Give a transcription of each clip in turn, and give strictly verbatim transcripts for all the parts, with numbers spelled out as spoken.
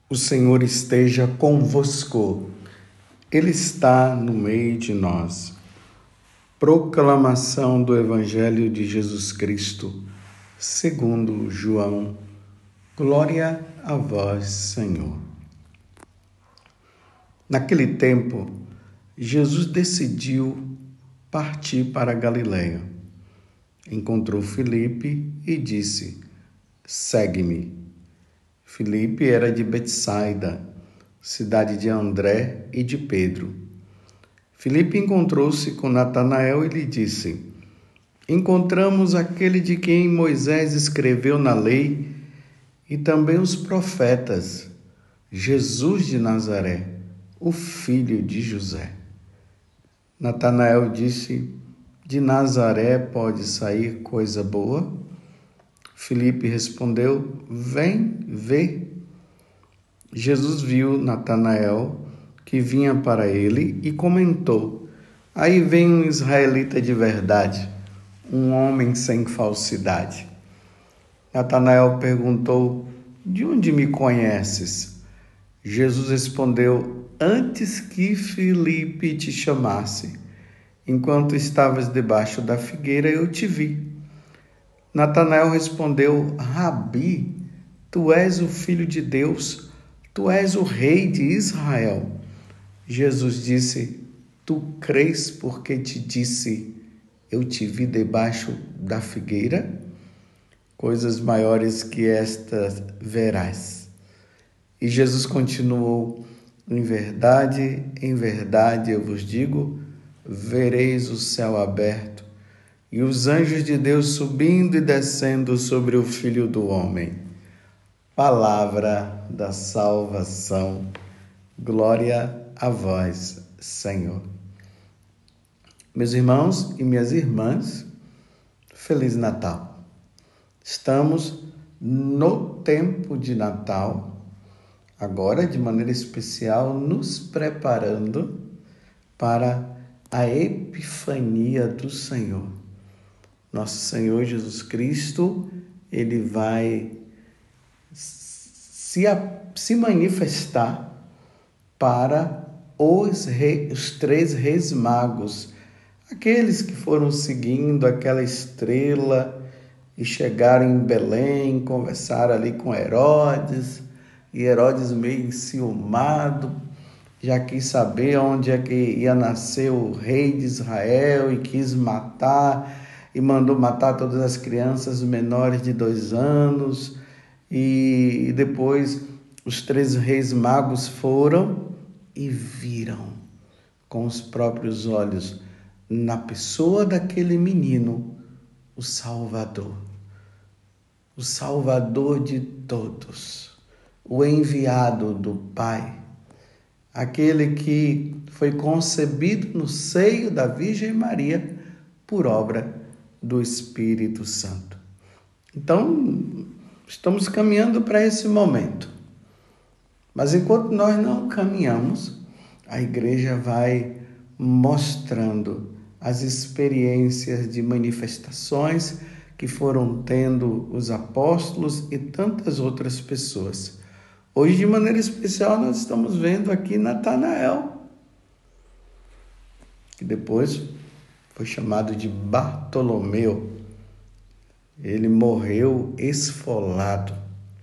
O Senhor esteja convosco, Ele está no meio de nós. Proclamação do Evangelho de Jesus Cristo, segundo João. Glória a vós, Senhor. Naquele tempo, Jesus decidiu partir para a Galiléia. Encontrou Filipe e disse: segue-me. Filipe era de Betsaida, cidade de André e de Pedro. Filipe encontrou-se com Natanael e lhe disse: encontramos aquele de quem Moisés escreveu na lei e também os profetas, Jesus de Nazaré, o filho de José. Natanael disse: de Nazaré pode sair coisa boa? Filipe respondeu: vem, vê. Jesus viu Natanael, que vinha para ele, e comentou: aí vem um israelita de verdade, um homem sem falsidade. Natanael perguntou: de onde me conheces? Jesus respondeu: antes que Filipe te chamasse, enquanto estavas debaixo da figueira, eu te vi. Natanael respondeu: Rabi, tu és o Filho de Deus, tu és o Rei de Israel. Jesus disse: tu crês porque te disse, eu te vi debaixo da figueira? Coisas maiores que estas verás. E Jesus continuou: em verdade, em verdade eu vos digo, vereis o céu aberto e os anjos de Deus subindo e descendo sobre o Filho do Homem. Palavra da salvação. Glória a vós, Senhor. Meus irmãos e minhas irmãs, Feliz Natal. Estamos no tempo de Natal, agora de maneira especial, nos preparando para a Epifania do Senhor. Nosso Senhor Jesus Cristo, Ele vai se, se manifestar para os, reis, os três reis magos, aqueles que foram seguindo aquela estrela e chegaram em Belém, conversaram ali com Herodes, e Herodes meio enciumado, já quis saber onde é que ia nascer o rei de Israel e quis matar, e mandou matar todas as crianças menores de dois anos. E depois os três reis magos foram e viram com os próprios olhos, na pessoa daquele menino, o Salvador. O Salvador de todos, o enviado do Pai, aquele que foi concebido no seio da Virgem Maria por obra do Espírito Santo. Então, estamos caminhando para esse momento. Mas enquanto nós não caminhamos, a igreja vai mostrando as experiências de manifestações que foram tendo os apóstolos e tantas outras pessoas. Hoje, de maneira especial, nós estamos vendo aqui Natanael, que depois foi chamado de Bartolomeu. Ele morreu esfolado.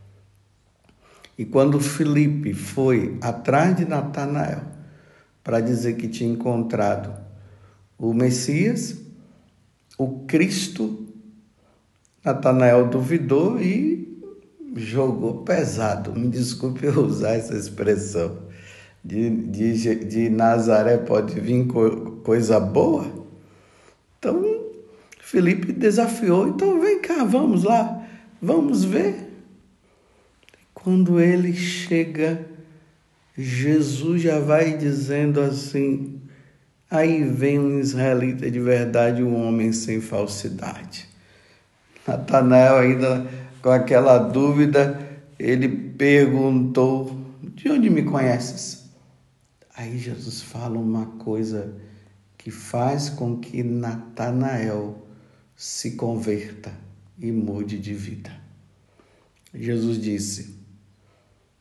E quando Filipe foi atrás de Natanael para dizer que tinha encontrado o Messias, o Cristo, Natanael duvidou e jogou pesado. Me desculpe eu usar essa expressão. De, de, de Nazaré pode vir co, coisa boa? Então, Filipe desafiou, então vem cá, vamos lá, vamos ver. Quando ele chega, Jesus já vai dizendo assim: aí vem um israelita de verdade, um homem sem falsidade. Natanael, ainda com aquela dúvida, ele perguntou: de onde me conheces? Aí Jesus fala uma coisa que faz com que Natanael se converta e mude de vida. Jesus disse: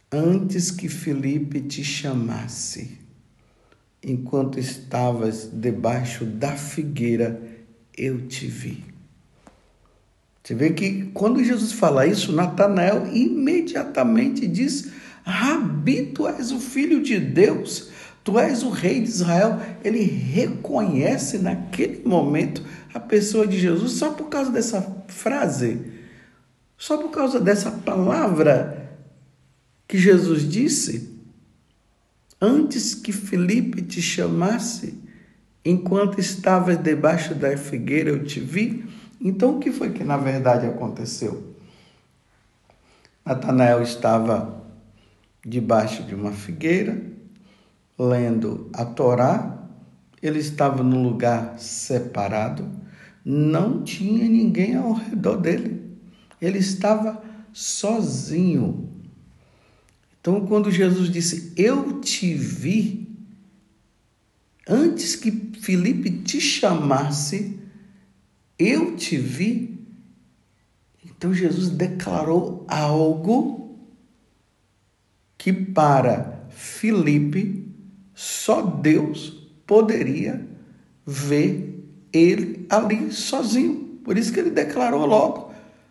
antes que Filipe te chamasse, enquanto estavas debaixo da figueira, eu te vi. Você vê que quando Jesus fala isso, Natanael imediatamente diz: Rabi, tu és o Filho de Deus, tu és o Rei de Israel. Ele reconhece naquele momento a pessoa de Jesus só por causa dessa frase, só por causa dessa palavra que Jesus disse. Antes que Filipe te chamasse, enquanto estavas debaixo da figueira, eu te vi. Então, o que foi que na verdade aconteceu? Natanael estava debaixo de uma figueira, lendo a Torá. Ele estava num lugar separado, não tinha ninguém ao redor dele. Ele estava sozinho. Então, quando Jesus disse, eu te vi, antes que Filipe te chamasse, eu te vi. Então, Jesus declarou algo que para Filipe, só Deus poderia ver ele ali sozinho. Por isso que ele declarou logo,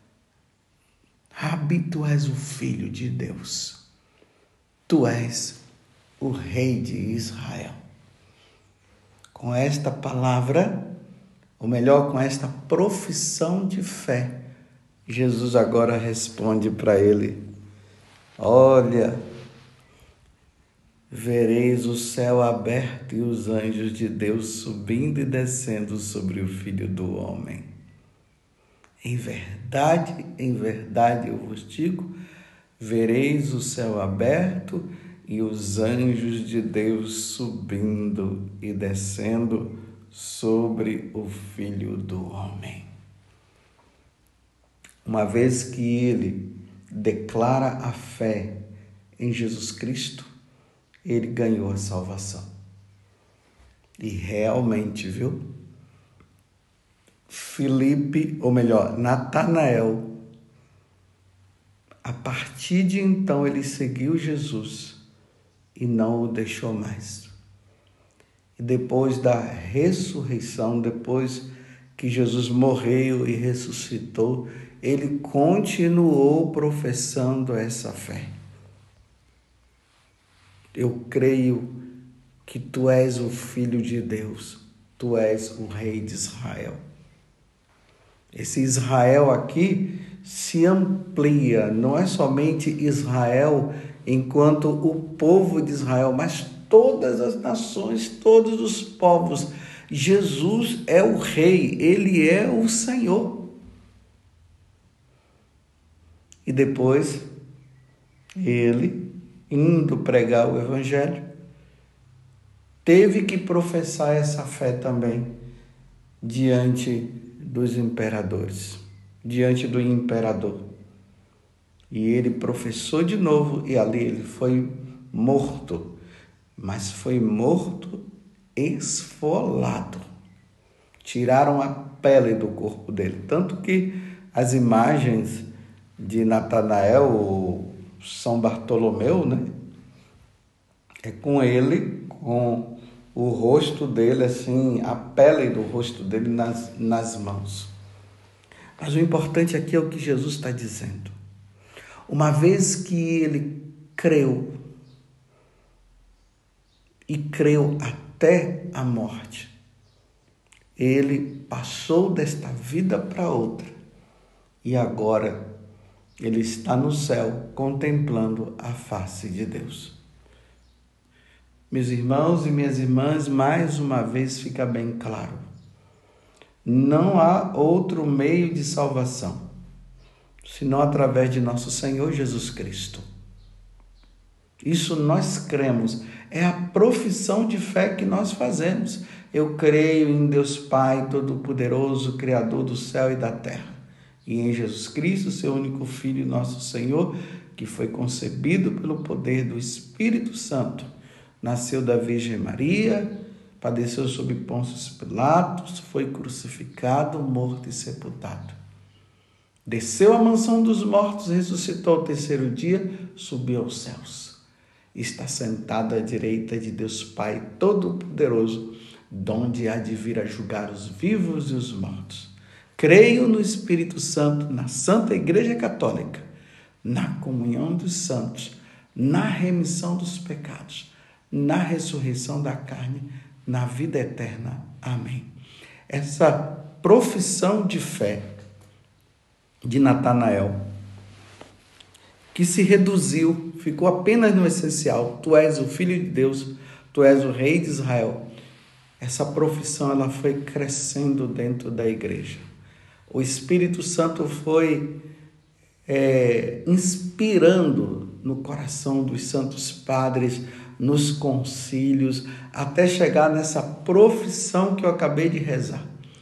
Rabi, tu és o Filho de Deus. Tu és o Rei de Israel. Com esta palavra, ou melhor, com esta profissão de fé, Jesus agora responde para ele, olha, vereis o céu aberto e os anjos de Deus subindo e descendo sobre o Filho do Homem. Em verdade, em verdade eu vos digo, vereis o céu aberto e os anjos de Deus subindo e descendo sobre o Filho do Homem. Uma vez que ele declara a fé em Jesus Cristo, ele ganhou a salvação. E realmente, viu? Filipe, ou melhor, Natanael, a partir de então ele seguiu Jesus e não o deixou mais. E depois da ressurreição, depois que Jesus morreu e ressuscitou, ele continuou professando essa fé. Eu creio que tu és o Filho de Deus, tu és o Rei de Israel. Esse Israel aqui se amplia, não é somente Israel enquanto o povo de Israel, mas todas as nações, todos os povos. Jesus é o Rei, Ele é o Senhor. E depois, Ele, indo pregar o Evangelho, teve que professar essa fé também diante dos imperadores, diante do imperador. E ele professou de novo e ali ele foi morto, mas foi morto esfolado. Tiraram a pele do corpo dele, tanto que as imagens de Natanael, São Bartolomeu, né? É com ele, com o rosto dele, assim, a pele do rosto dele nas, nas mãos. Mas o importante aqui é o que Jesus está dizendo. Uma vez que ele creu, e creu até a morte, ele passou desta vida para outra, e agora ele está no céu contemplando a face de Deus. Meus irmãos e minhas irmãs, mais uma vez fica bem claro. Não há outro meio de salvação, senão através de nosso Senhor Jesus Cristo. Isso nós cremos, é a profissão de fé que nós fazemos. Eu creio em Deus Pai Todo-Poderoso, Criador do céu e da terra, e em Jesus Cristo, seu único Filho, nosso Senhor, que foi concebido pelo poder do Espírito Santo, nasceu da Virgem Maria, padeceu sob Pôncio Pilatos, foi crucificado, morto e sepultado. desceu à mansão dos mortos, ressuscitou ao terceiro dia, subiu aos céus. Está sentado à direita de Deus Pai Todo-Poderoso, donde há de vir a julgar os vivos e os mortos. Creio no Espírito Santo, na Santa Igreja Católica, na comunhão dos santos, na remissão dos pecados, na ressurreição da carne, na vida eterna. Amém. Essa profissão de fé de Natanael, que se reduziu, ficou apenas no essencial: tu és o Filho de Deus, tu és o Rei de Israel. Essa profissão ela foi crescendo dentro da igreja. O Espírito Santo foi é, inspirando no coração dos santos padres, nos concílios, até chegar nessa profissão que eu acabei de rezar.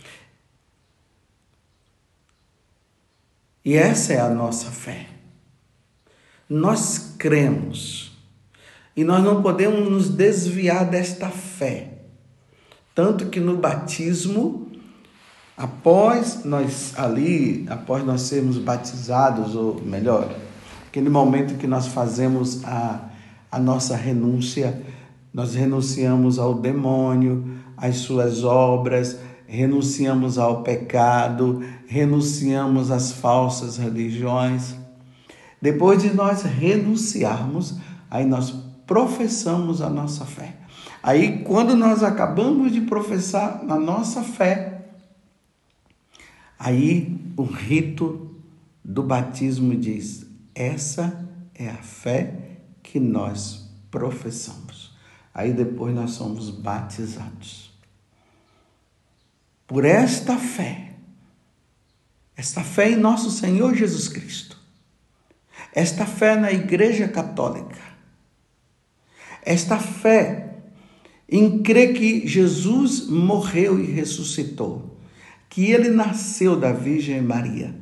E essa é a nossa fé. Nós cremos e nós não podemos nos desviar desta fé. Tanto que no batismo, após nós ali, após nós sermos batizados, ou melhor, aquele momento que nós fazemos a, a nossa renúncia, nós renunciamos ao demônio, às suas obras, renunciamos ao pecado, renunciamos às falsas religiões. Depois de nós renunciarmos, aí nós professamos a nossa fé. Aí, quando nós acabamos de professar a nossa fé, aí o rito do batismo diz: essa é a fé que nós professamos. Aí depois nós somos batizados. Por esta fé, esta fé em nosso Senhor Jesus Cristo, esta fé na Igreja Católica, esta fé em crer que Jesus morreu e ressuscitou, que ele nasceu da Virgem Maria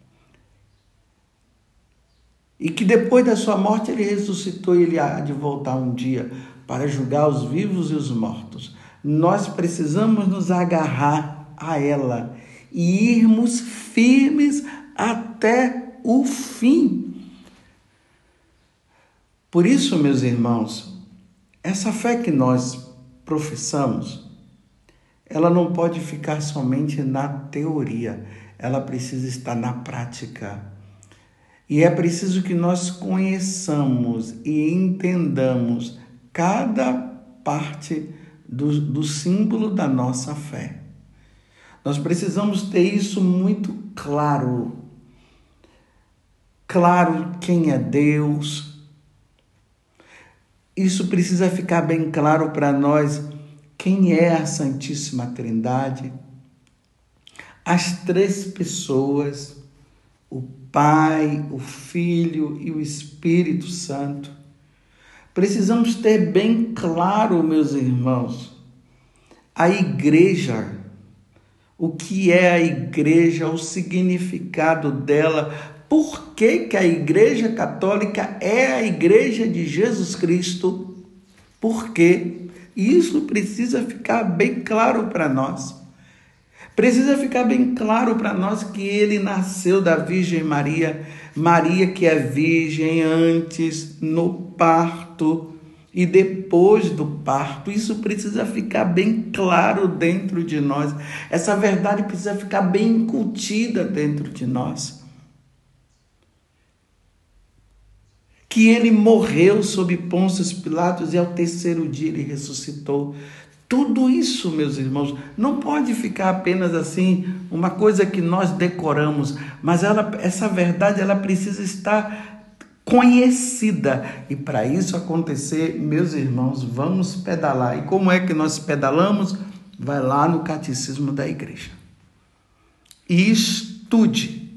e que depois da sua morte ele ressuscitou e ele há de voltar um dia para julgar os vivos e os mortos. Nós precisamos nos agarrar a ela e irmos firmes até o fim. Por isso, meus irmãos, essa fé que nós professamos, ela não pode ficar somente na teoria, ela precisa estar na prática. E é preciso que nós conheçamos e entendamos cada parte do, do símbolo da nossa fé. Nós precisamos ter isso muito claro. Claro quem é Deus. Isso precisa ficar bem claro para nós quem é a Santíssima Trindade, as três pessoas, o Pai, o Filho e o Espírito Santo. Precisamos ter bem claro, meus irmãos, a igreja, o que é a igreja, o significado dela. Por que que a Igreja Católica é a Igreja de Jesus Cristo? Por quê? Isso precisa ficar bem claro para nós. Precisa ficar bem claro para nós que ele nasceu da Virgem Maria, Maria que é virgem antes, no parto e depois do parto. Isso precisa ficar bem claro dentro de nós. Essa verdade precisa ficar bem incutida dentro de nós. Que ele morreu sob Pôncio Pilatos e ao terceiro dia ele ressuscitou. Tudo isso, meus irmãos, não pode ficar apenas assim, uma coisa que nós decoramos, mas ela, essa verdade ela precisa estar conhecida. E para isso acontecer, meus irmãos, vamos pedalar. E como é que nós pedalamos? Vai lá no Catecismo da Igreja e estude.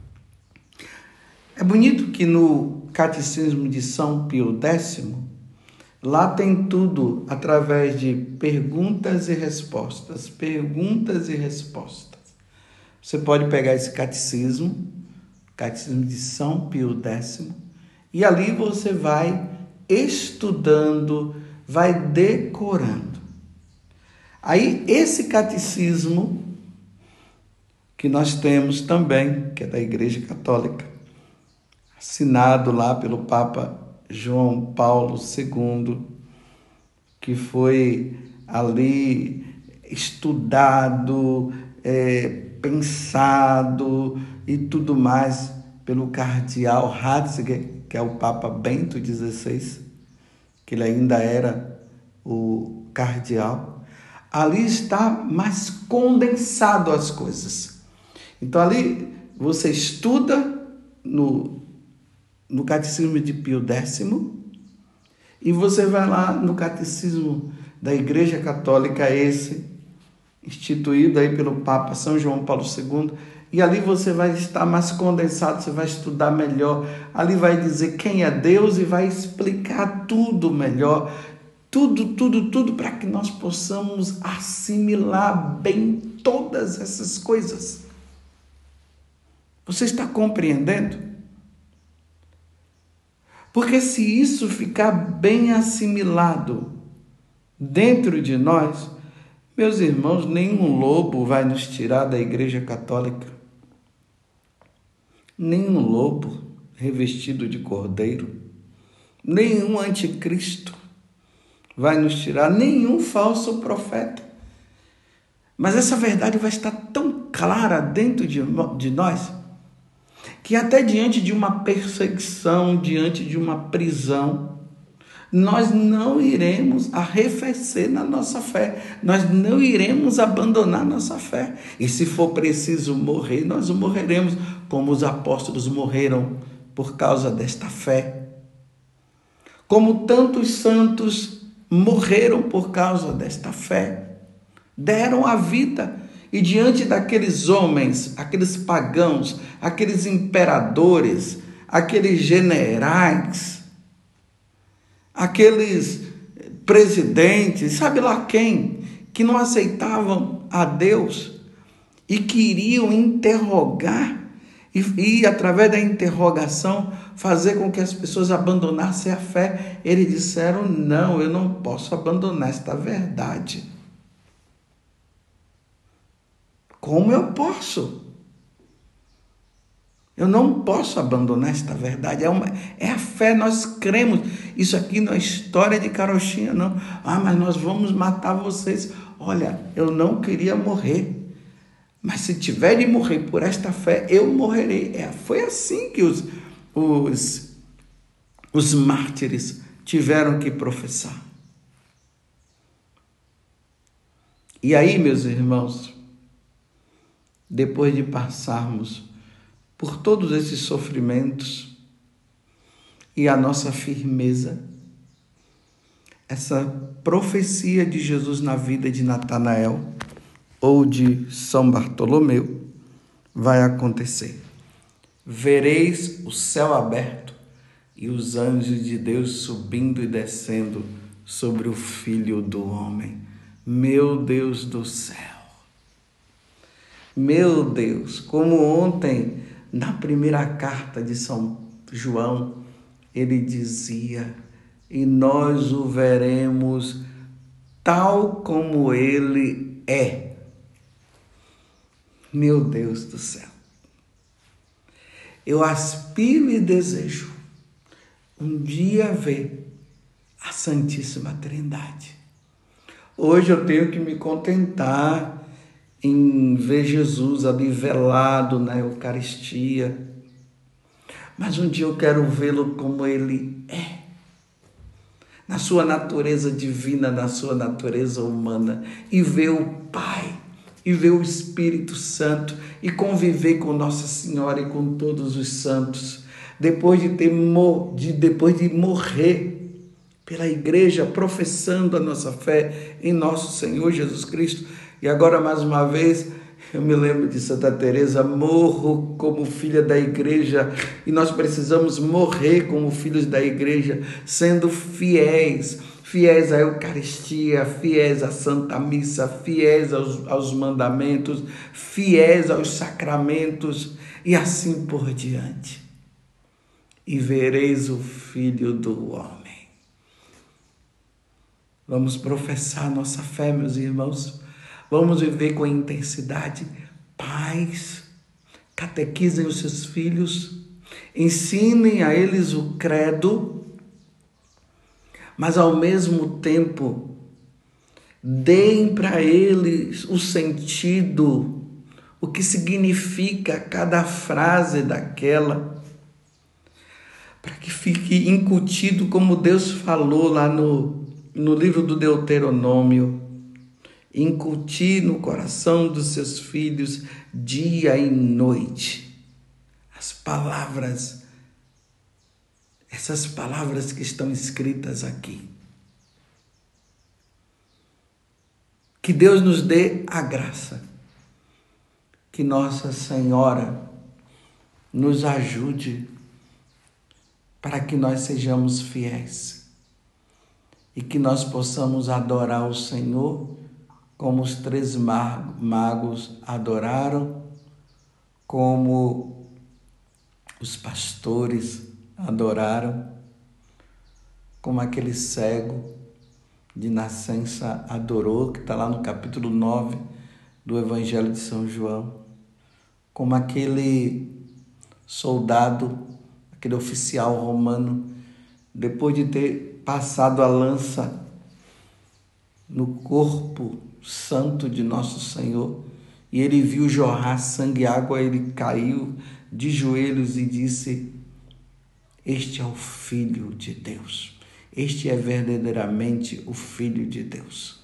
É bonito que no Catecismo de São Pio Décimo, lá tem tudo através de perguntas e respostas, perguntas e respostas. Você pode pegar esse catecismo, Catecismo de São Pio Décimo, e ali você vai estudando, vai decorando. Aí esse catecismo que nós temos também, que é da Igreja Católica, assinado lá pelo Papa João Paulo segundo, que foi ali estudado, é, pensado e tudo mais pelo cardeal Ratzinger, que é o Papa Bento dezesseis, que ele ainda era o cardeal. Ali está mais condensado as coisas. Então ali você estuda no, no Catecismo de Pio décimo e você vai lá no Catecismo da Igreja Católica, esse instituído aí pelo Papa São João Paulo segundo, e ali você vai estar mais condensado, você vai estudar melhor, ali vai dizer quem é Deus e vai explicar tudo melhor, tudo, tudo, tudo, para que nós possamos assimilar bem todas essas coisas. Você está compreendendo? Porque se isso ficar bem assimilado dentro de nós, meus irmãos, nenhum lobo vai nos tirar da Igreja Católica. Nenhum lobo revestido de cordeiro, nenhum anticristo vai nos tirar, nenhum falso profeta. Mas essa verdade vai estar tão clara dentro de, de nós, que até diante de uma perseguição, diante de uma prisão, nós não iremos arrefecer na nossa fé, nós não iremos abandonar nossa fé. E se for preciso morrer, nós morreremos, como os apóstolos morreram por causa desta fé. Como tantos santos morreram por causa desta fé, deram a vida. E diante daqueles homens, aqueles pagãos, aqueles imperadores, aqueles generais, aqueles presidentes, sabe lá quem, que não aceitavam a Deus e queriam interrogar e, e através da interrogação, fazer com que as pessoas abandonassem a fé. Eles disseram: não, eu não posso abandonar esta verdade. Como eu posso? Eu não posso abandonar esta verdade. É, uma, é a fé, nós cremos. Isso aqui não é história de carochinha, não. Ah, mas nós vamos matar vocês. Olha, eu não queria morrer. Mas se tiver de morrer por esta fé, eu morrerei. É, foi assim que os, os, os mártires tiveram que professar. E aí, meus irmãos, depois de passarmos por todos esses sofrimentos e a nossa firmeza, essa profecia de Jesus na vida de Natanael ou de São Bartolomeu vai acontecer. Vereis o céu aberto e os anjos de Deus subindo e descendo sobre o Filho do Homem. Meu Deus do céu! Meu Deus, como ontem, na primeira carta de São João, ele dizia: e nós o veremos tal como ele é. Meu Deus do céu, eu aspiro e desejo um dia ver a Santíssima Trindade. Hoje eu tenho que me contentar em ver Jesus ali velado na Eucaristia, mas um dia eu quero vê-lo como ele é, na sua natureza divina, na sua natureza humana, e ver o Pai, e ver o Espírito Santo, e conviver com Nossa Senhora e com todos os santos, depois de, ter, de, depois de morrer pela igreja, professando a nossa fé em nosso Senhor Jesus Cristo. E agora, mais uma vez, eu me lembro de Santa Teresa: morro como filha da igreja, e nós precisamos morrer como filhos da igreja, sendo fiéis, fiéis à Eucaristia, fiéis à Santa Missa, fiéis aos, aos mandamentos, fiéis aos sacramentos, e assim por diante. E vereis o Filho do Homem. Vamos professar nossa fé, meus irmãos. Vamos viver com intensidade Pais, catequizem os seus filhos, ensinem a eles o credo, mas ao mesmo tempo deem para eles o sentido, o que significa cada frase daquela, para que fique incutido como Deus falou lá no, no livro do Deuteronômio. Incutir no coração dos seus filhos dia e noite as palavras, essas palavras que estão escritas aqui. Que Deus nos dê a graça, que Nossa Senhora nos ajude para que nós sejamos fiéis e que nós possamos adorar o Senhor como os três magos adoraram, como os pastores adoraram, como aquele cego de nascença adorou, que está lá no capítulo nove do Evangelho de São João, como aquele soldado, aquele oficial romano, depois de ter passado a lança no corpo santo de nosso Senhor, e ele viu jorrar sangue e água, ele caiu de joelhos e disse: este é o Filho de Deus, este é verdadeiramente o Filho de Deus.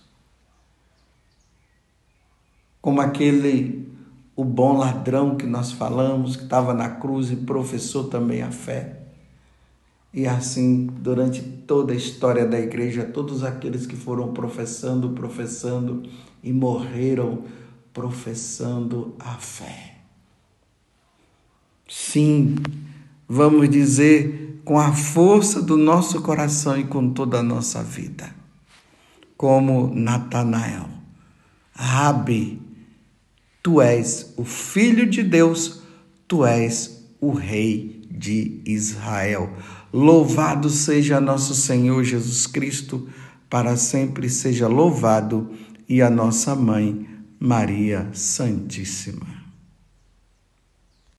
Como aquele, o bom ladrão que nós falamos, que estava na cruz e professou também a fé. E assim, durante toda a história da igreja, todos aqueles que foram professando, professando e morreram professando a fé. Sim, vamos dizer com a força do nosso coração e com toda a nossa vida, como Natanael: Rabi, tu és o Filho de Deus, tu és o Rei de Israel. Louvado seja nosso Senhor Jesus Cristo, para sempre seja louvado, e a nossa Mãe, Maria Santíssima.